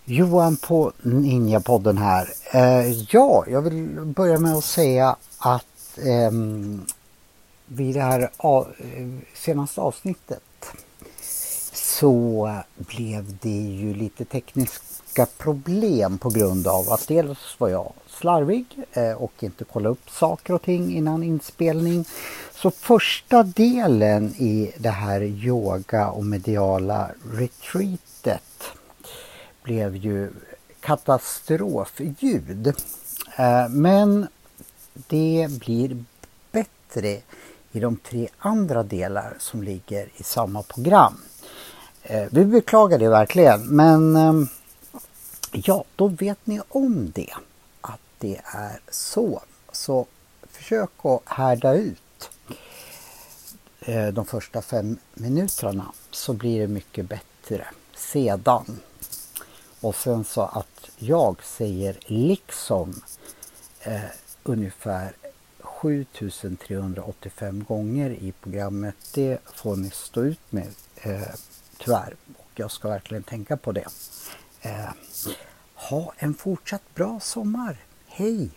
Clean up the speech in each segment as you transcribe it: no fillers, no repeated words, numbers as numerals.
Johan på Ninjapodden här. Jag vill börja med att säga att vid det här senaste avsnittet så blev det ju lite tekniska problem på grund av att dels var jag slarvig och inte kollade upp saker och ting innan inspelning. Så första delen i det här yoga och mediala retreatet blev ju katastrofljud. Men det blir bättre i de 3 andra delar som ligger i samma program. Vi beklagar det verkligen, men ja, då vet ni om det. Att det är så. Så försök att härda ut de första 5 minuterna, så blir det mycket bättre sedan. Och sen så att jag säger liksom ungefär 7385 gånger i programmet. Det får ni stå ut med tyvärr. Och jag ska verkligen tänka på det. Ha en fortsatt bra sommar. Hej!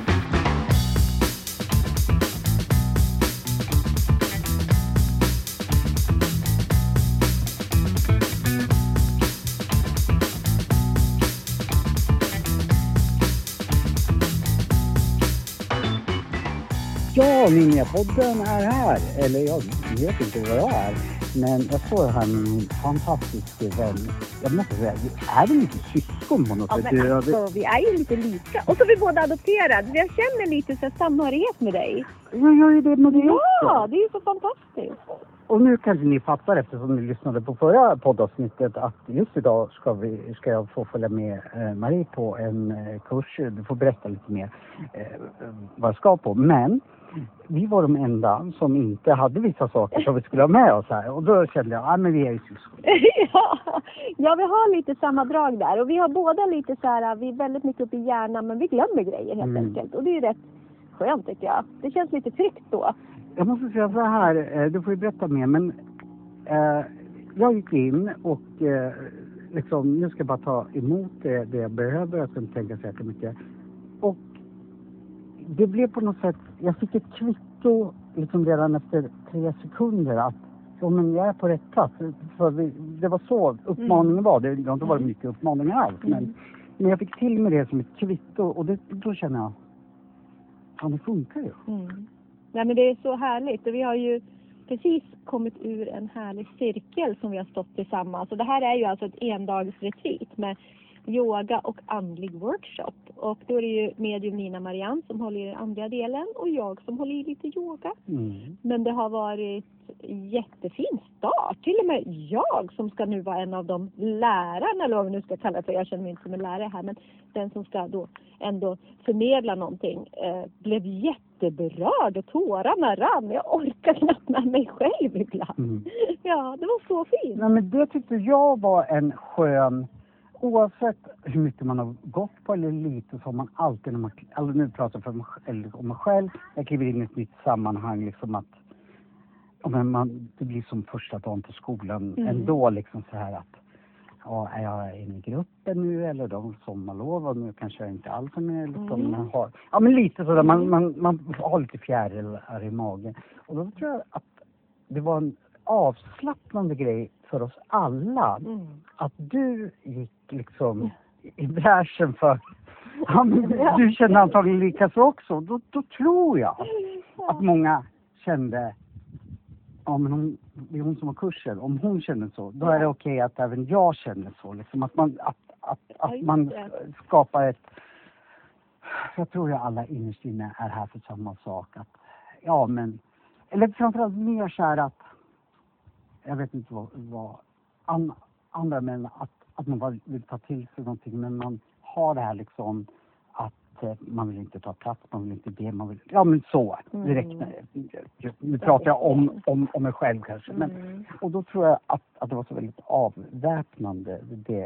Ja, Ninjapodden är här. Eller jag vet inte vad jag är. Men jag står här med min fantastiska vän. Jag måste säga, är det lite syskon på något sätt? Men alltså, vi är ju lite lika. Och så är vi båda adopterade. Jag känner lite så samhörighet med dig. Jag gör ju det med dig också. Ja, det är ju så fantastiskt. Och nu kanske ni fattar, eftersom ni lyssnade på förra poddavsnittet, att just idag ska jag få följa med Marie på en kurs. Du får berätta lite mer vad jag ska på. Men vi var de enda som inte hade vissa saker som vi skulle ha med oss här. Och då kände jag, men vi är ju syskon. Ja, vi har lite samma drag där. Och vi har båda lite så här, vi är väldigt mycket uppe i hjärnan, men vi glömmer grejer helt enkelt. Och det är ju rätt skönt, tycker jag. Det känns lite tryggt då. Jag måste säga så här, du får ju berätta mer, men jag gick in och liksom, nu ska jag bara ta emot det jag behöver. Jag ska inte tänka så mycket. Och det blev på något sätt, jag fick ett kvitto liksom redan efter 3 sekunder att men jag är på rätt plats. För det var så uppmaningen var. Det har inte varit mycket uppmaningar alls. Men jag fick till med det som ett kvitto. Och då känner jag, fan, det funkar ju. Nej, men det är så härligt. Och vi har ju precis kommit ur en härlig cirkel som vi har stått tillsammans. Och det här är ju alltså ett endagsretreat med yoga och andlig workshop. Och då är det ju medium Nina Marianne som håller i den andra delen och jag som håller i lite yoga. Men det har varit jättefin start. Till och med jag som ska nu vara en av de lärarna, eller vad vi nu ska kalla det för. Jag känner mig inte som en lärare här, men den som ska då ändå förmedla någonting blev jätteberörd och tårarna rann. Jag orkar knappt med mig själv ibland. Ja, det var så fint. Nej, men det tyckte jag var en skön... Oavsett hur mycket man har gått på eller lite, så har man alltid, när man, alltså nu pratar jag om mig själv, jag kliver in i ett nytt sammanhang, liksom att det blir som första dagen på skolan ändå, liksom så här att är jag inne i gruppen nu, eller de sommarlov, och nu kanske jag inte alls är med, liksom, men lite sådär, man har lite fjärilar i magen. Och då tror jag att det var en avslappnande grej för oss alla, att du gick liksom i bräschen för, du känner antagligen lika så också. Då tror jag att många kände, men det är hon som har kursen, om hon känner så, då är det okej att även jag känner så, liksom, att man skapar ett, jag tror att alla innerst inne är här för samma sak, att eller framförallt mer så här att, jag vet inte vad andra, men att man vill ta till sig någonting, men man har det här liksom att man vill inte ta plats, man vill inte be, man vill, men så direkt. Nu pratar jag om mig själv kanske, men och då tror jag att det var så väldigt avväpnande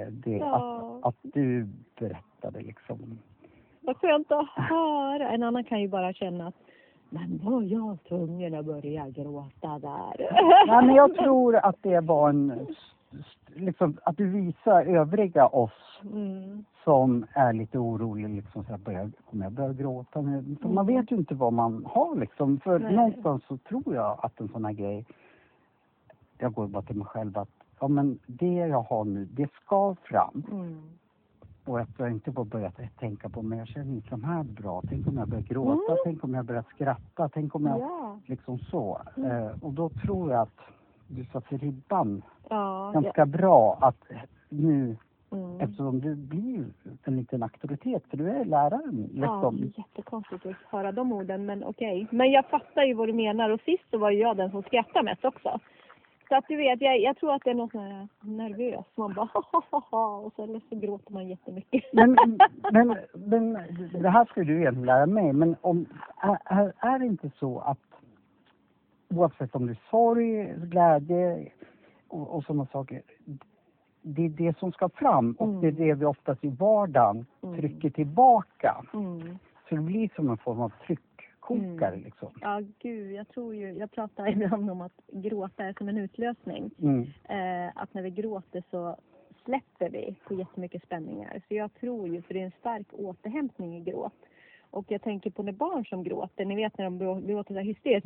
att du berättade liksom. Vad skönt att höra. En annan kan ju bara känna att men var jag tvungen att börja gråta där? Nej, men jag tror att det var liksom, att du visar övriga oss Mm. som är lite oroliga liksom, så här, kommer jag börja gråta nu? För man vet ju inte vad man har liksom. För Nej. någonstans så tror jag att en sån här grej, jag går bara till mig själv att ja, men det jag har nu, det ska fram. Mm. Och att jag inte bara börjat tänka på, men jag känner inte de här bra. Tänk om jag börjar gråta, tänk om jag börjar skratta, tänk om jag Ja. liksom så. Och då tror jag att du satte ribban Ja. ganska bra att nu, Mm. eftersom du blir en liten auktoritet, för du är läraren. Ja, Liksom. jättekonstigt att höra de orden, men okej. Men jag fattar ju vad du menar, och sist så var ju jag den som skrattade mest också. Så att du vet, jag tror att det är något sån här nervös. Man bara och så gråter man jättemycket. Men det här skulle du egentligen lära mig. Men är det inte så att oavsett om det är sorg, glädje och sådana saker, det är det som ska fram. Och det är det vi oftast i vardagen trycker tillbaka. Mm. Så det blir som en form av tryckkokare liksom. Ja, gud, jag pratar ibland om att gråta är som en utlösning. Att när vi gråter så släpper vi på jättemycket spänningar. Så jag tror ju, för det är en stark återhämtning i gråt. Och jag tänker på när barn som gråter, ni vet när de gråter där hysteriskt.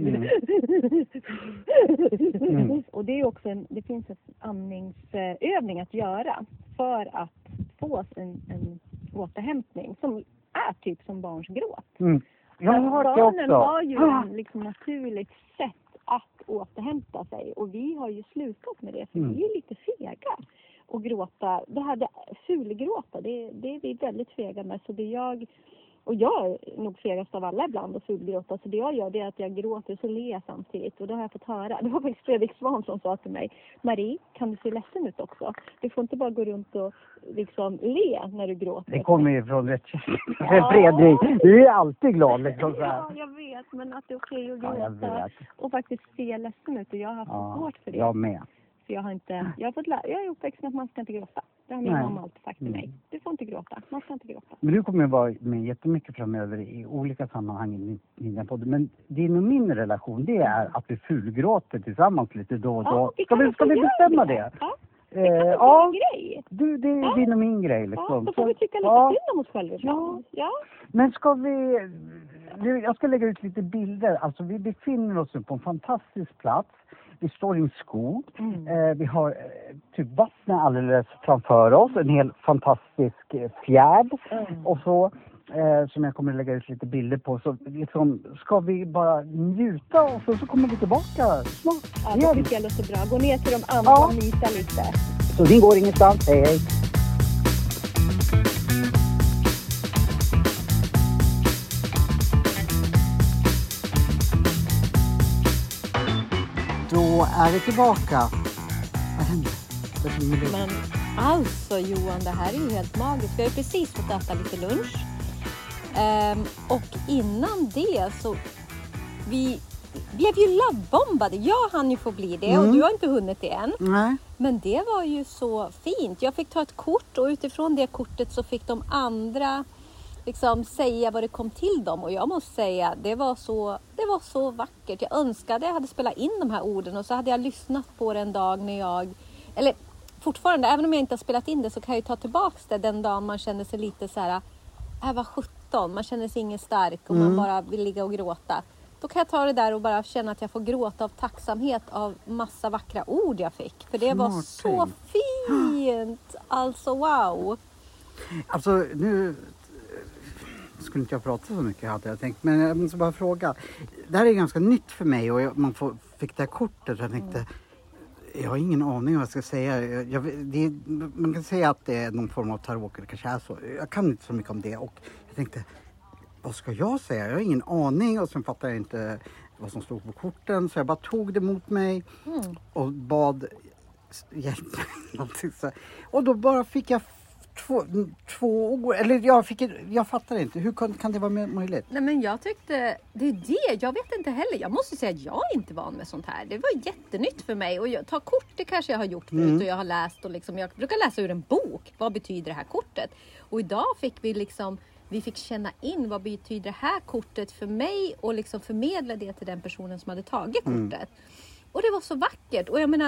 Och det är också det finns en andningsövning att göra för att få en återhämtning som är typ som barns gråt. Jag har hört det barnen också. har ju ett liksom naturligt sätt att återhämta sig. Och vi har ju slutat med det, för vi är lite fega. Och gråta, det här fulgråta, det är vi väldigt fega med. Så jag är nog fegast av alla ibland och fulgråta. Så det jag gör, det är att jag gråter så ler jag samtidigt. Och det har jag fått höra. Det var faktiskt Fredrik Svahn som sa till mig: Marie, kan du se ledsen ut också? Du får inte bara gå runt och liksom le när du gråter. Det kommer ju från Fredrik. Du är alltid glad liksom så här. Ja, jag vet. Men att det är okej att gråta. Ja, jag vet. Och faktiskt se ledsen ut. Och jag har haft svårt för det. Jag med. För jag är uppväxt med att man ska inte gråta. Det har min mamma alltid sagt till mig. Du får inte gråta. Man ska inte gråta. Men du kommer ju vara med jättemycket framöver i olika sammanhang i mina poddar. Men din och min relation, det är att vi fulgråter tillsammans lite då och då. Ska vi bestämma det? Ja, det kan vara en grej. Det är din och min grej liksom. Ja, då får vi tycka lite synd om oss själva. Ja. Men jag ska lägga ut lite bilder. Alltså vi befinner oss på en fantastisk plats. Vi står i en skog. Vi har typ vattnet alldeles framför oss. En helt fantastisk fjärd. Och så, som jag kommer att lägga ut lite bilder på. Så liksom, ska vi bara njuta och så kommer vi tillbaka snart. Ja, det tycker jag låter bra. Gå ner till de andra och mysa lite. Så ni går ingenstans. Hej, hej. Då är vi tillbaka. Vad händer? Men alltså Johan, det här är ju helt magiskt. Vi har ju precis fått äta lite lunch. Och innan det så vi blev ju lovebombade. Jag hann ju få bli det och du har inte hunnit det än. Nej. Men det var ju så fint. Jag fick ta ett kort och utifrån det kortet så fick de andra liksom säga vad det kom till dem. Och jag måste säga, det var så vackert. Jag önskade jag hade spelat in de här orden och så hade jag lyssnat på det en dag när eller fortfarande, även om jag inte har spelat in det så kan jag ju ta tillbaka det den dagen man känner sig lite så här, var 17, man känner sig ingen stark och man bara vill ligga och gråta. Då kan jag ta det där och bara känna att jag får gråta av tacksamhet av massa vackra ord jag fick. För det var så fint. Alltså wow. Alltså nu skulle inte jag prata så mycket hade jag tänkt. Men jag måste bara fråga. Det här är ganska nytt för mig och man fick det här kortet och jag tänkte jag har ingen aning vad jag ska säga. Man kan säga att det är någon form av tarot, det kanske är så. Jag kan inte så mycket om det och jag tänkte vad ska jag säga? Jag har ingen aning och sen fattar jag inte vad som stod på korten. Så jag bara tog det mot mig och bad hjälp. Och då bara fick jag två ord. Eller jag fattar inte. Hur kan det vara möjligt? Nej men jag tyckte, det är det. Jag vet inte heller. Jag måste säga att jag är inte van med sånt här. Det var jättenytt för mig. Och ta kort, det kanske jag har gjort förut. Och jag har läst och liksom, jag brukar läsa ur en bok. Vad betyder det här kortet? Och idag fick vi fick känna in vad betyder det här kortet för mig och liksom förmedla det till den personen som hade tagit kortet. Och det var så vackert. Och jag menar,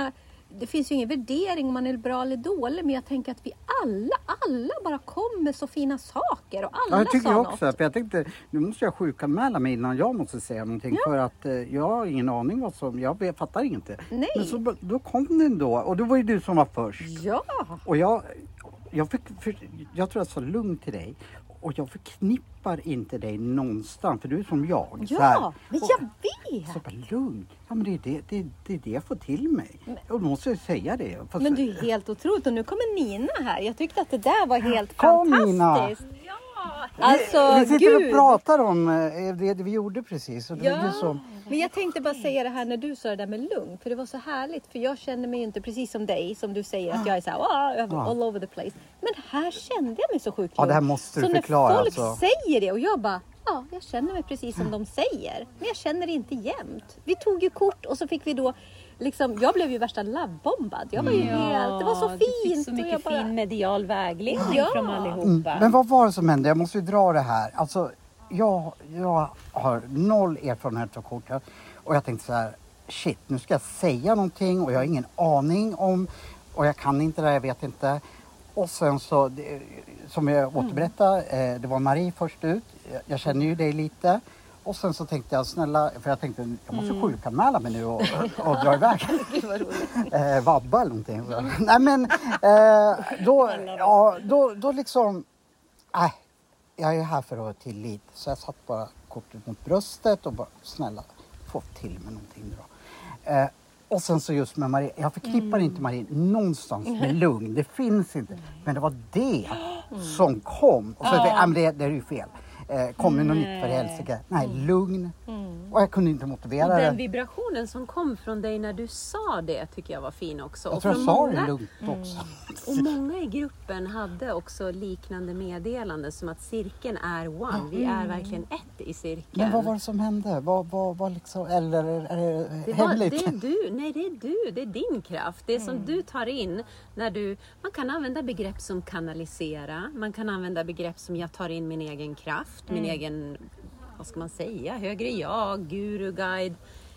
det finns ju ingen värdering om man är bra eller dålig. Men jag tänker att vi alla bara kommer med så fina saker. Och alla jag tycker sa också. något. För jag tänkte, nu måste jag sjukanmäla mig innan jag måste säga någonting. För att jag har ingen aning vad som, fattar inte. Nej. Men så, då kom den då. Och då var ju du som var först. Ja. Och jag tror jag sa lugn till dig. Och jag förknippar inte dig någonstans. För du är som jag. Så här. Ja, men jag vet. Så bara lugn. Ja, men det är det jag får till mig. Och då måste jag säga det. Fast, Men du är helt otroligt. Och nu kommer Nina här. Jag tyckte att det där var helt Kom, fantastiskt. Nina. Alltså, vi sitter gud. och pratar om det vi gjorde precis. Och det är ju så. Men jag tänkte bara säga det här när du sa det där med lugn. För det var så härligt. För jag känner mig inte precis som dig. Som du säger att jag är så här, all over the place. Men här kände jag mig så sjukt Ja, lugn. det här måste du så förklara. när folk alltså. säger det och jag bara, jag känner mig precis som de säger. Men jag känner det inte jämt. Vi tog ju kort och så fick vi då liksom, jag blev ju värsta lovebombad. Jag var ju helt, det var så fint. Du fick så mycket och jag fin medial vägledning från allihopa. Men vad var det som hände? Jag måste ju dra det här. Alltså, jag har 0 erfarenhet av kortet. Och jag tänkte så här, shit, nu ska jag säga någonting och jag har ingen aning om. Och jag kan inte det, jag vet inte. Och sen så, som jag återberättade, det var Marie först ut. Jag känner ju dig lite. Och sen så tänkte jag, snälla, för jag tänkte, jag måste sjukanmäla mig nu och dra iväg. Vabba eller någonting. Så. Nej men, då liksom, jag är här för att ha tillit. Så jag satt bara kortet mot bröstet och bara, snälla, få till mig någonting då. Och sen så just med Marie, jag förknippar inte Marie någonstans med lugn. Det finns inte. Men det var det som kom. Och så det är ju fel. Kommer något nytt för helsike. Nej, lugn. Och jag kunde inte motivera Och det. den vibrationen som kom från dig när du sa det tycker jag var fin också. Jag tror jag sa det lugnt också. Och många i gruppen hade också liknande meddelanden som att cirkeln är one. Vi är verkligen ett i cirkeln. Men vad var det som hände? Vad liksom, eller är det hemligt? Det är du. Nej, det är du. Det är din kraft. Det som du tar in när du... Man kan använda begrepp som kanalisera. Man kan använda begrepp som jag tar in min egen kraft. Min egen, vad ska man säga? Högre jag, guru, guide.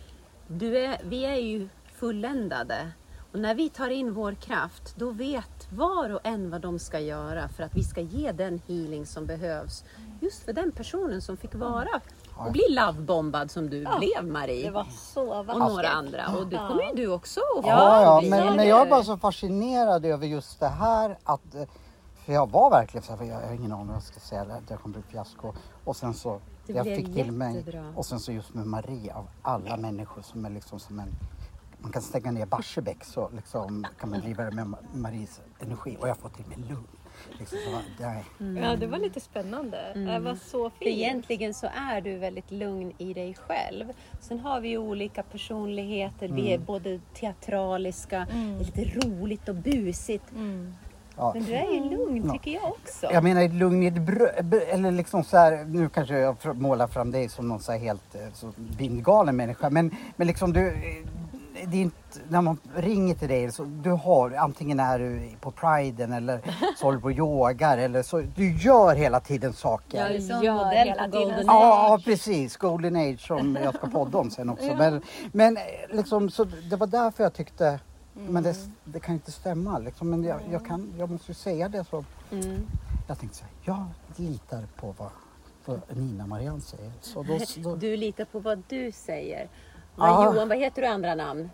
Vi är ju fulländade. Och när vi tar in vår kraft, då vet var och en vad de ska göra för att vi ska ge den healing som behövs. Just för den personen som fick vara och bli lovebombad som du blev, Marie. Det var så vackert. Och några andra. Och det kommer ju du också att Ja, bli. men jag är bara så fascinerad över just det här att, för jag var verkligen så här, jag har ingen aning vad jag ska säga, det kommer bli fiasko. Och sen så, Det jag blev fick till mig, jättebra. och sen så just med Marie av alla människor som är liksom som en, man kan stänga ner Barsebäck så liksom kan man driva det med Maries energi och jag får till mig lugn. Liksom, så, Ja, det var lite spännande. Det var så För fint. egentligen så är du väldigt lugn i dig själv. Sen har vi ju olika personligheter. Vi är både teatraliska, lite roligt och busigt. Ja. Men du är ju lugn tycker jag också. Jag menar ett lugn i ett eller liksom så här, nu kanske jag målar fram dig som någon så här helt så bindgalen människa, men liksom du, det är inte, när man ringer till dig så du har, antingen är du på priden eller så håller du på och yogar eller så, du gör hela tiden saker. Jag är som Gör modell hela på tiden. Golden Ja, precis. Golden Age som jag ska podda om sen också. Men liksom, så det var därför jag tyckte, men det kan inte stämma. Liksom. Men jag måste ju säga det så. Jag tänkte så här, jag litar på vad Nina Marianne säger. Så då, Du litar på vad du säger. Ja. Johan, vad heter du andra namn?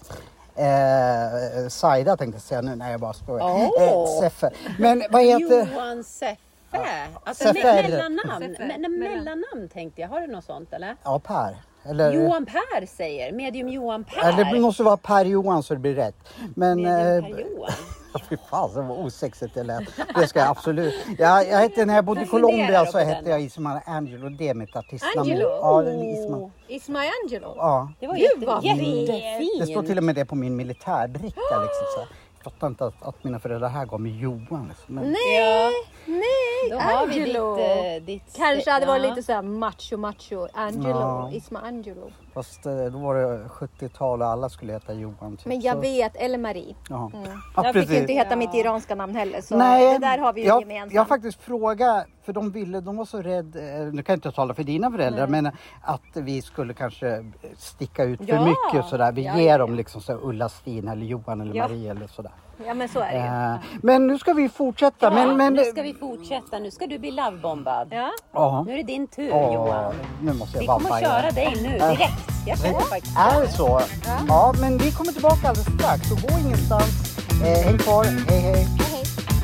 Saida tänkte jag säga nu när jag bara skojar. Seffe. Men vad heter... Johan Seffe. Alltså Seffer. mellannamn tänkte jag. Har du något sånt eller? Ja, Per. Eller, Johan Per säger. Medium Johan Per. eller det måste vara Per Johan så det blir rätt. Men... Medium Per Johan. Fy fan, så vad osexigt det lät. Det ska jag absolut. Jag hette, när jag bodde i Colombia så hette jag Ismael Angelo. Det är mitt artistnamn. Angelo? Ja, Ismael. Ismael Angelo. Ja. Det var vad jättefint. Det står till och med det på min militärbricka. Liksom, så. Jag fattar inte att mina föräldrar här gav mig Johan. Liksom. Men, Nej, Då har vi Angelo. ditt Kanske hade varit lite så här macho. Angelo, Ja. Isma Angelo. Fast då var det 70-tal och alla skulle heta Johan. Typ. Men jag Så- vet, eller Marie. Ja. Mm. Ja, Jag fick ju precis. inte heta mitt iranska namn heller. Så Nej, det där har vi ju gemensamt. jag faktiskt frågat, för de var så rädda, nu kan jag inte tala för dina föräldrar, men att vi skulle kanske sticka ut för Ja. mycket och sådär. Vi Ja, ger ja, dem liksom så Ulla Stin eller Johan eller Ja. Marie eller sådär. Ja, men så är det ju. Men nu ska vi fortsätta. men, nu ska vi fortsätta. Nu ska du bli lovebombad. Ja. Ja. Nu är det din tur, Ja, Johan. nu måste Vi jag kommer att vabba köra dig nu direkt. Jag känner faktiskt Är det så? Ja, men vi kommer tillbaka alldeles strax. Så gå ingenstans. Häng kvar. Hej, hej. Hej, hej.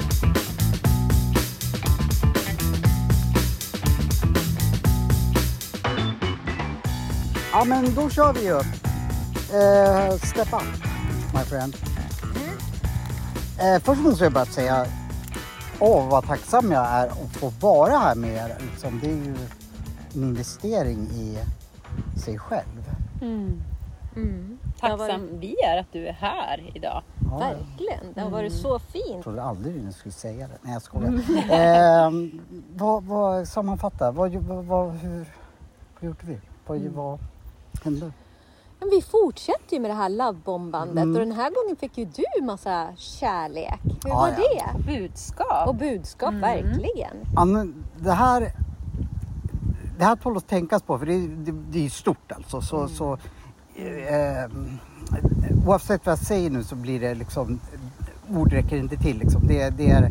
Ja, men då kör vi ju. Step up, my friend. Först måste jag bara säga, vad tacksam jag är att få vara här med er. Liksom, det är ju en investering i sig själv. tacksam vi är att du är här idag. Ja, Verkligen, det har varit så fint. jag trodde aldrig ni skulle säga det. Nej, jag skojar. Vad sammanfatta? Hur gjorde vi? Vad hände? Men vi fortsätter ju med det här lovebombandet och den här gången fick ju du massa kärlek. Hur Ja, var ja. det? Budskap. Och budskap, verkligen. Anna, det här tål att tänkas på, för det är stort alltså. Så, oavsett vad jag säger nu så blir det liksom, ord räcker inte till liksom. Det är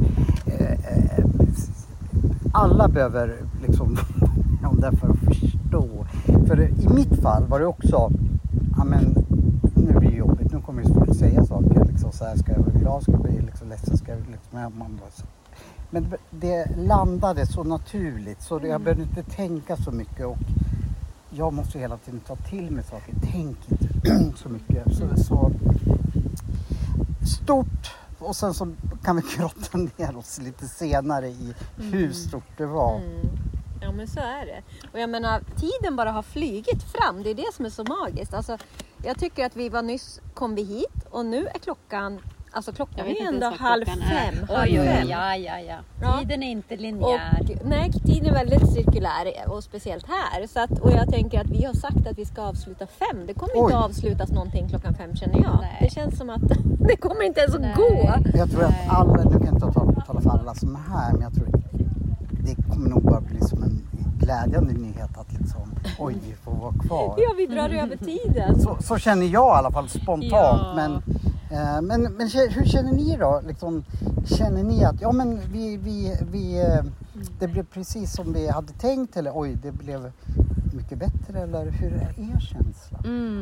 alla behöver liksom om det för att förstå. För i mitt fall var det också, ja men nu blir det jobbigt, nu kommer ju folk säga saker liksom, så här ska jag vara glad, ska jag bli liksom ledsen, ska jag liksom, man bara så. Men det landade så naturligt så jag behövde inte tänka så mycket och jag måste hela tiden ta till mig saker, tänk inte så mycket. Så stort, och sen så kan vi grotta ner oss lite senare i hur stort det var. Ja, men så är det. Och jag menar, tiden bara har flygit fram. Det är det som är så magiskt. Alltså, jag tycker att vi var nyss, kom vi hit och nu är klockan, alltså klockan Jag vet är inte ändå ens vad klockan 4:30. är. Oj, Halv fem. ja. Ja. Tiden är inte linjär. Och, nej, tiden är väldigt cirkulär och speciellt här. Så att, och jag tänker att vi har sagt att vi ska avsluta 5. Det kommer inte avslutas någonting klockan 5 känner jag. Nej. Det känns som att det kommer inte ens att Nej. gå. Jag tror att alla, nu kan jag inte tala för alla som är här, men jag tror det kommer nog bara bli som en glädjande nyhet att liksom, oj, vi får vara kvar. Ja, vi drar över tiden. Så känner jag i alla fall spontant. Ja. Men hur känner ni då? Liksom, känner ni att ja, men det blev precis som vi hade tänkt, eller oj, det blev mycket bättre, eller hur är er känsla?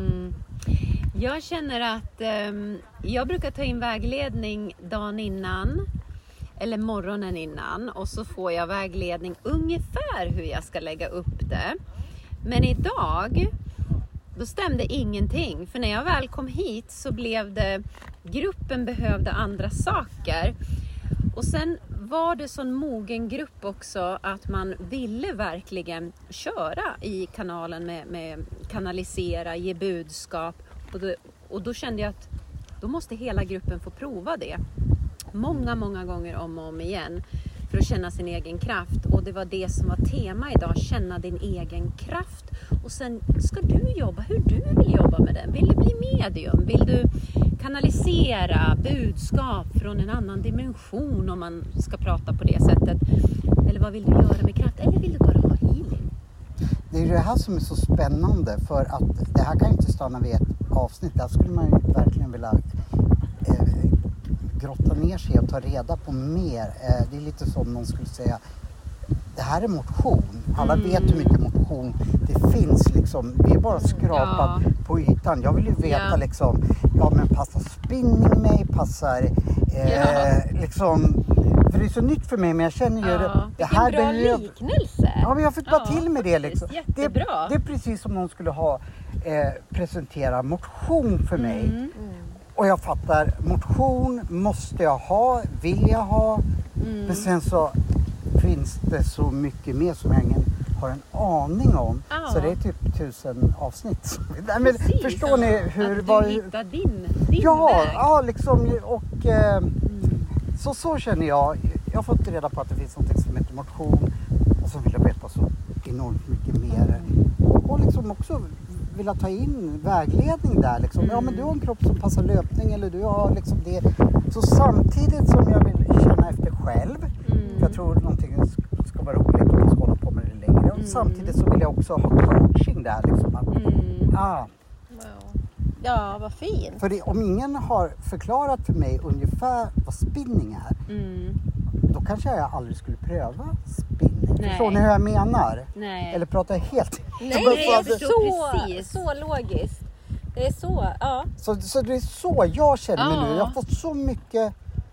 Jag känner att jag brukar ta in vägledning dagen innan eller morgonen innan och så får jag vägledning ungefär hur jag ska lägga upp det. Men idag då stämde ingenting, för när jag väl kom hit så blev det, gruppen behövde andra saker. Och sen var det sån mogen grupp också att man ville verkligen köra i kanalen med kanalisera, ge budskap. Och då kände jag att då måste hela gruppen få prova det. Många gånger om och om igen. För att känna sin egen kraft. Och det var det som var tema idag. Känna din egen kraft. Och sen ska du jobba hur du vill jobba med den. Vill du bli medium? Vill du kanalisera budskap från en annan dimension om man ska prata på det sättet? Eller vad vill du göra med kraft? Eller vill du bara ha healing? Det är ju det här som är så spännande, för att det här kan ju inte stanna vid ett avsnitt. Där skulle man ju verkligen vilja grotta ner sig och ta reda på mer. Det är lite som någon skulle säga, det här är motion. Alla vet hur mycket motion det finns liksom. Vi är bara skrapat på ytan. Jag vill ju veta liksom, ja men passar spinning mig, passar liksom, för det är så nytt för mig, men jag känner ju det här bra liknelse. Ja, men jag fick bara till med det liksom. Jättebra. Det är precis som någon skulle ha presentera motion för mig. Och jag fattar, motion måste jag ha, vill jag ha. Men sen så finns det så mycket mer som jag ingen har en aning om. Så det är typ 1000 avsnitt. Nej, men förstår ni hur... Att du hittar din väg. Ja, liksom, och så känner jag. jag har fått reda på att det finns något som heter motion och så vill jag veta så enormt mycket mer. Och liksom också vilja ta in vägledning där liksom. Ja, men du har en kropp som passar löpning eller du har liksom det. Så samtidigt som jag vill känna efter själv, för jag tror någonting ska vara roligt om man ska hålla på med det längre. Och samtidigt så vill jag också ha coaching där liksom. Att, Ja, vad fint. För om ingen har förklarat för mig ungefär vad spinning är, då kanske jag aldrig skulle pröva spinning. Nej. Förstår ni hur jag menar? Nej. Eller pratar jag helt? Nej, det är precis. så logiskt. Det är så, ja. Så det är så jag känner mig nu. Jag har fått så mycket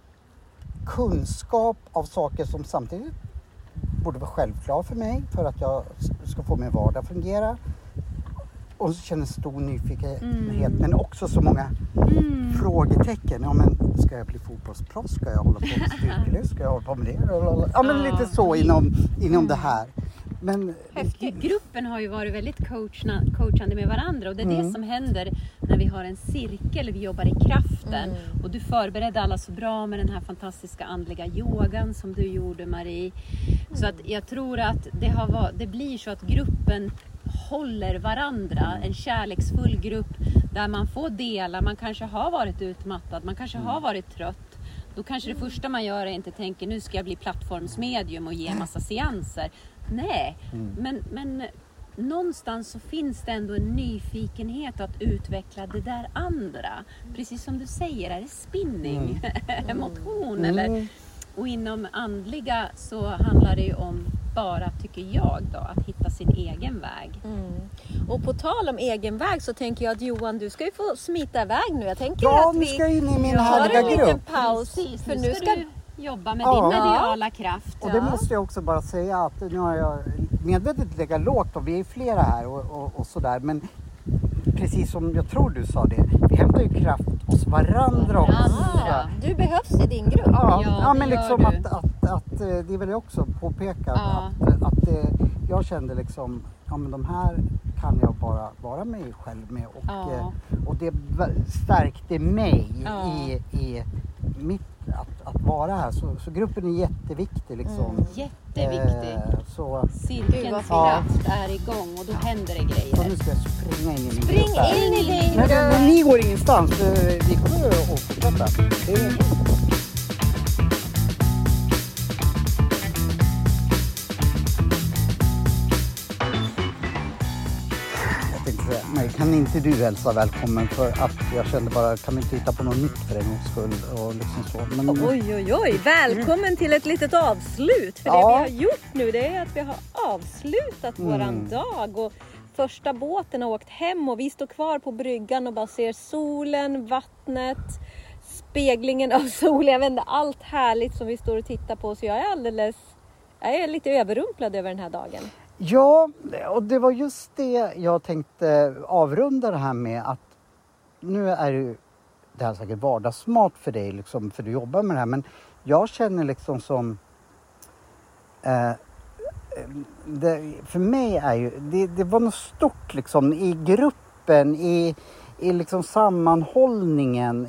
kunskap av saker som samtidigt borde vara självklar för mig för att jag ska få min vardag att fungera. Och så känner stor nyfikenhet men också så många frågetecken. Ja, men ska jag bli fotbollsproffs? Ska jag hålla på med styrkelyft? Ska jag hålla på med det? Ja, men lite så inom det här. Men Gruppen har ju varit väldigt coachande med varandra och det är det som händer när vi har en cirkel, vi jobbar i kraften och du förberedde alla så bra med den här fantastiska andliga yogan som du gjorde, Marie. Så att jag tror att det blir så att gruppen håller varandra, en kärleksfull grupp där man får dela, man kanske har varit utmattad, man kanske har varit trött. Då kanske det första man gör är inte tänker nu ska jag bli plattformsmedium och ge en massa seanser. Nej, men någonstans så finns det ändå en nyfikenhet att utveckla det där andra. Precis som du säger, är det spinning, motion eller... Och inom andliga så handlar det ju om bara, tycker jag då, att hitta sin egen väg. Och på tal om egen väg så tänker jag att Johan, du ska ju få smita iväg nu. Jag tänker ja, att nu ska jag in i min tar härliga en liten grupp. paus. Precis, för nu ska du jobba med din mediala kraft. Och det måste jag också bara säga att nu har jag medvetet legat lågt och vi är flera här och sådär. Men precis som jag tror du sa det, vi hämtar ju kraft hos varandra också. Du behövs i din grupp. Ja, men liksom att det vill jag också påpeka att jag kände liksom, ja men de här kan jag bara vara mig själv med och det stärkte mig i mitt att vara här. Så gruppen är jätteviktig liksom. Jätteviktig. Så cirkelns kraft är igång och då händer det grejer. Så nu ska jag springa in i min Spring grupp in i din Men grupp. ni går ingenstans. Vi kommer att fortsätta. Men kan inte du hälsa välkommen för att jag kände bara, kan vi inte hitta på något nytt för en gångs skull och liksom så. Men... Oj, välkommen till ett litet avslut. För det vi har gjort nu, det är att vi har avslutat våran dag och första båten har åkt hem och vi står kvar på bryggan och bara ser solen, vattnet, speglingen av solen. Jag vet inte, allt härligt som vi står och tittar på, så jag är lite överrumplad över den här dagen. Ja, och det var just det jag tänkte avrunda det här med, att nu är det här säkert vardagsmat för dig liksom, för du jobbar med det här, men jag känner liksom som för mig är ju det var något stort liksom i gruppen, i liksom sammanhållningen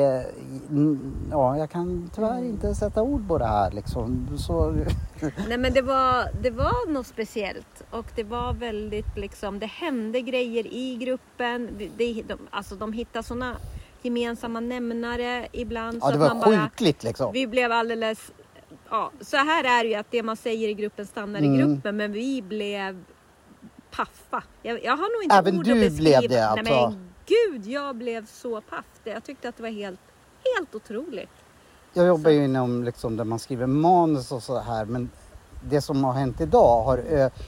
jag kan tyvärr inte sätta ord på det här liksom. Så... Nej, men det var något speciellt och det var väldigt liksom, det hände grejer i gruppen. De hittade såna gemensamma nämnare ibland. Ja, så det att var man bara, sjukligt liksom. Vi blev alldeles, så här är det ju, att det man säger i gruppen stannar i gruppen, men vi blev paffa. Jag har nog inte även ord du att beskriva. blev det alltså? Nej, men gud, jag blev så paff. Jag tyckte att det var helt otroligt. Jag jobbar ju inom liksom, där man skriver manus och så här, men det som har hänt idag har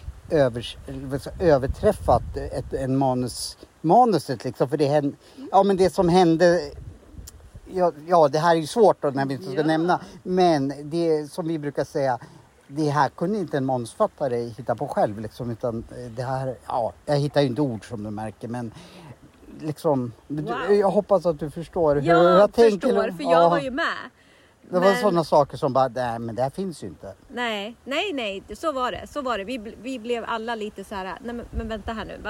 överträffat en manuset liksom, för det som hände, det här är ju svårt då när vi inte ska nämna, men det som vi brukar säga, det här kunde inte en manusfattare hitta på själv liksom, utan det här, jag hittar ju inte ord som du märker, men liksom, jag hoppas att du förstår hur jag tänker. Jag förstår, för jag var ju med. Det var sådana saker som bara, nej men det här finns ju inte. Nej, så var det. Vi blev alla lite så här, nej men vänta här nu, va?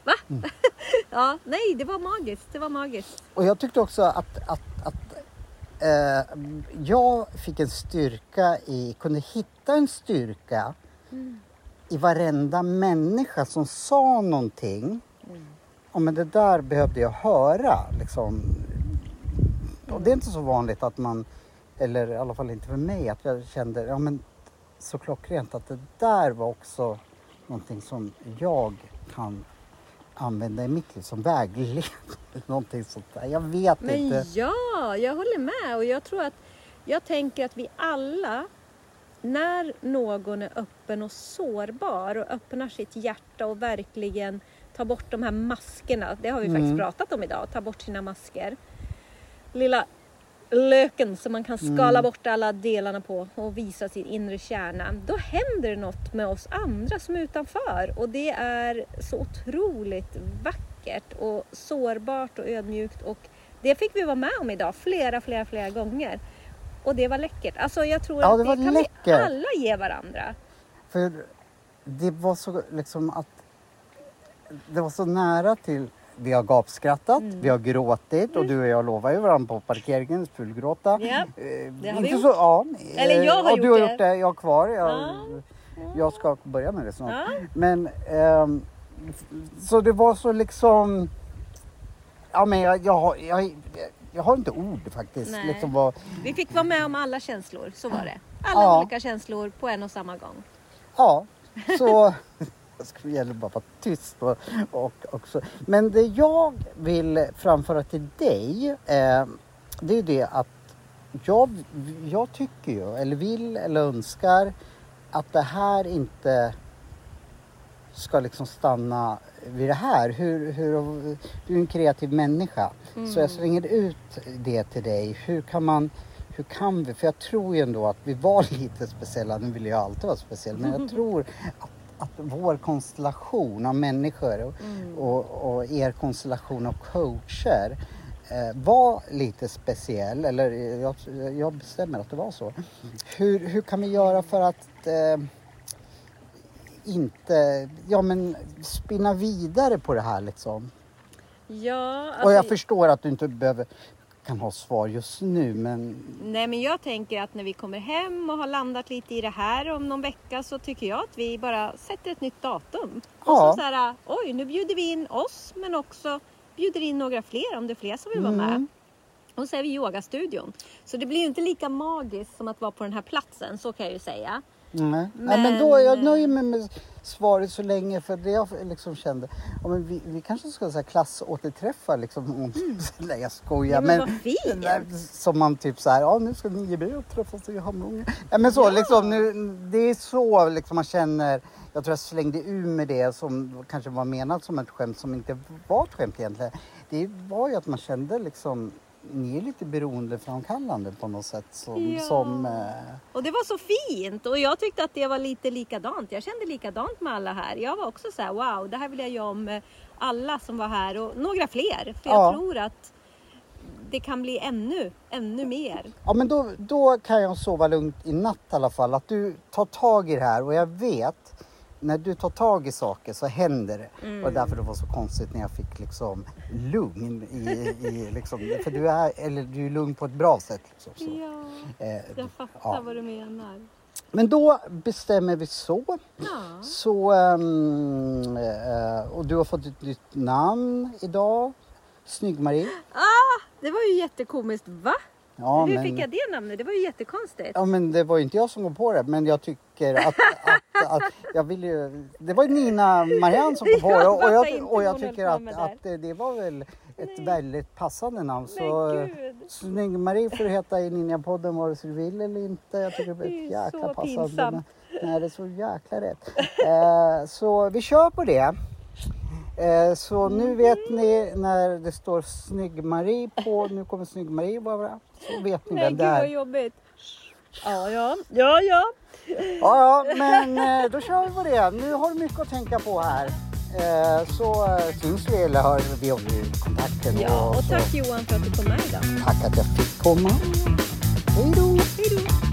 Ja, nej, det var magiskt. Och jag tyckte också att jag fick en styrka kunde hitta en styrka i varenda människa som sa någonting. Men det där behövde jag höra. Liksom. Och det är inte så vanligt att man, eller i alla fall inte för mig, att jag kände så klockrent att det där var också någonting som jag kan använda i mitt liv som vägledning. Någonting sånt där. Jag vet inte. Men ja, jag håller med. Och jag tänker att vi alla, när någon är öppen och sårbar och öppnar sitt hjärta och verkligen tar bort de här maskerna. Det har vi faktiskt pratat om idag. Ta bort sina masker. Lilla löken som man kan skala bort alla delarna på och visa sin inre kärna. Då händer det något med oss andra som är utanför. Och det är så otroligt vackert och sårbart och ödmjukt. Och det fick vi vara med om idag flera gånger. Och det var läckert. Alltså jag tror att det kan läckert. Vi alla ge varandra. För det var så liksom att det var så nära till. Vi har gapskrattat, vi har gråtit och du och jag lovar ju varandra på parkeringen fullgråta. Ja, det har vi gjort. Så, ja. Eller jag har gjort det. Du har gjort det, jag har kvar. Jag ska börja med det snart. Ja. Men så det var så liksom. Ja, men jag har inte ord faktiskt. Liksom Vi fick vara med om alla känslor, så var det. Alla olika känslor på en och samma gång. Ja, så. Jag skulle gärna bara vara tyst och också. Men det jag vill framföra till dig det är det att jag tycker ju, eller vill eller önskar att det här inte ska liksom stanna vid det här. Du är en kreativ människa. Så jag slänger ut det till dig. Hur kan vi? För jag tror ju ändå att vi var lite speciella. Nu vill jag alltid vara speciell. Men jag tror att vår konstellation av människor och er konstellation av coacher var lite speciell. Eller jag bestämmer att det var så. Hur kan vi göra för att inte spinna vidare på det här liksom? Ja, alltså, och jag förstår att du inte kan ha svar just nu, men... Nej, men jag tänker att när vi kommer hem och har landat lite i det här om någon vecka, så tycker jag att vi bara sätter ett nytt datum. Ja. Och så här, nu bjuder vi in oss, men också bjuder in några fler om det är fler som vill vara med. Och så är vi i yogastudion. Så det blir ju inte lika magiskt som att vara på den här platsen, så kan jag ju säga. Men då jag nöjer mig med svaret så länge, för det jag liksom kände, vi kanske ska säga klassåterträffa liksom, nej jag skojar, ja, men vad fint. Som man typ så här, nu ska ni träffas i Hamrånge. Men så liksom nu, det är så liksom man känner. Jag tror jag slängde ur med det som kanske var menat som ett skämt som inte var ett skämt egentligen. Det var ju att man kände liksom, ni är lite beroendeframkallande på något sätt. Och det var så fint. Och jag tyckte att det var lite likadant. Jag kände likadant med alla här. Jag var också så här, wow, det här vill jag göra om alla som var här. Och några fler. För jag tror att det kan bli ännu mer. Ja, men då kan jag sova lugnt i natt i alla fall. Att du tar tag i det här. Och jag vet, när du tar tag i saker så händer det. Och därför det var så konstigt när jag fick liksom lugn i liksom, för du är lugn på ett bra sätt liksom, så. Ja, jag fattar vad du menar. Men då bestämmer vi så. Ja. Så och du har fått ett nytt namn idag. Snygg-Marie. Det var ju jättekomiskt, va? Ja, hur fick jag det namnet? Det var ju jättekonstigt. Ja, men det var ju inte jag som kom på det. Men jag tycker att jag vill ju... Det var ju Nina Marianne som kom på det. Och jag tycker att det var väl ett väldigt passande namn. Så Snygg-Marie får heta i Ninja-podden vare sig du vill eller inte. Jag tycker det är ett jäkla passande. Pinsamt. Nej, det är så jäkla rätt. Så vi kör på det. Så nu vet ni när det står Snygg-Marie på, nu kommer Snygg-Marie bara, så vet ni vem det är. Nej, gud vad jobbigt. Ja. Ja, men då kör vi på det. Nu har du mycket att tänka på här. Så syns vi eller hör vi om kontakten. Ja, och tack Johan för att du kom med idag. Tack att jag fick komma. Hej då.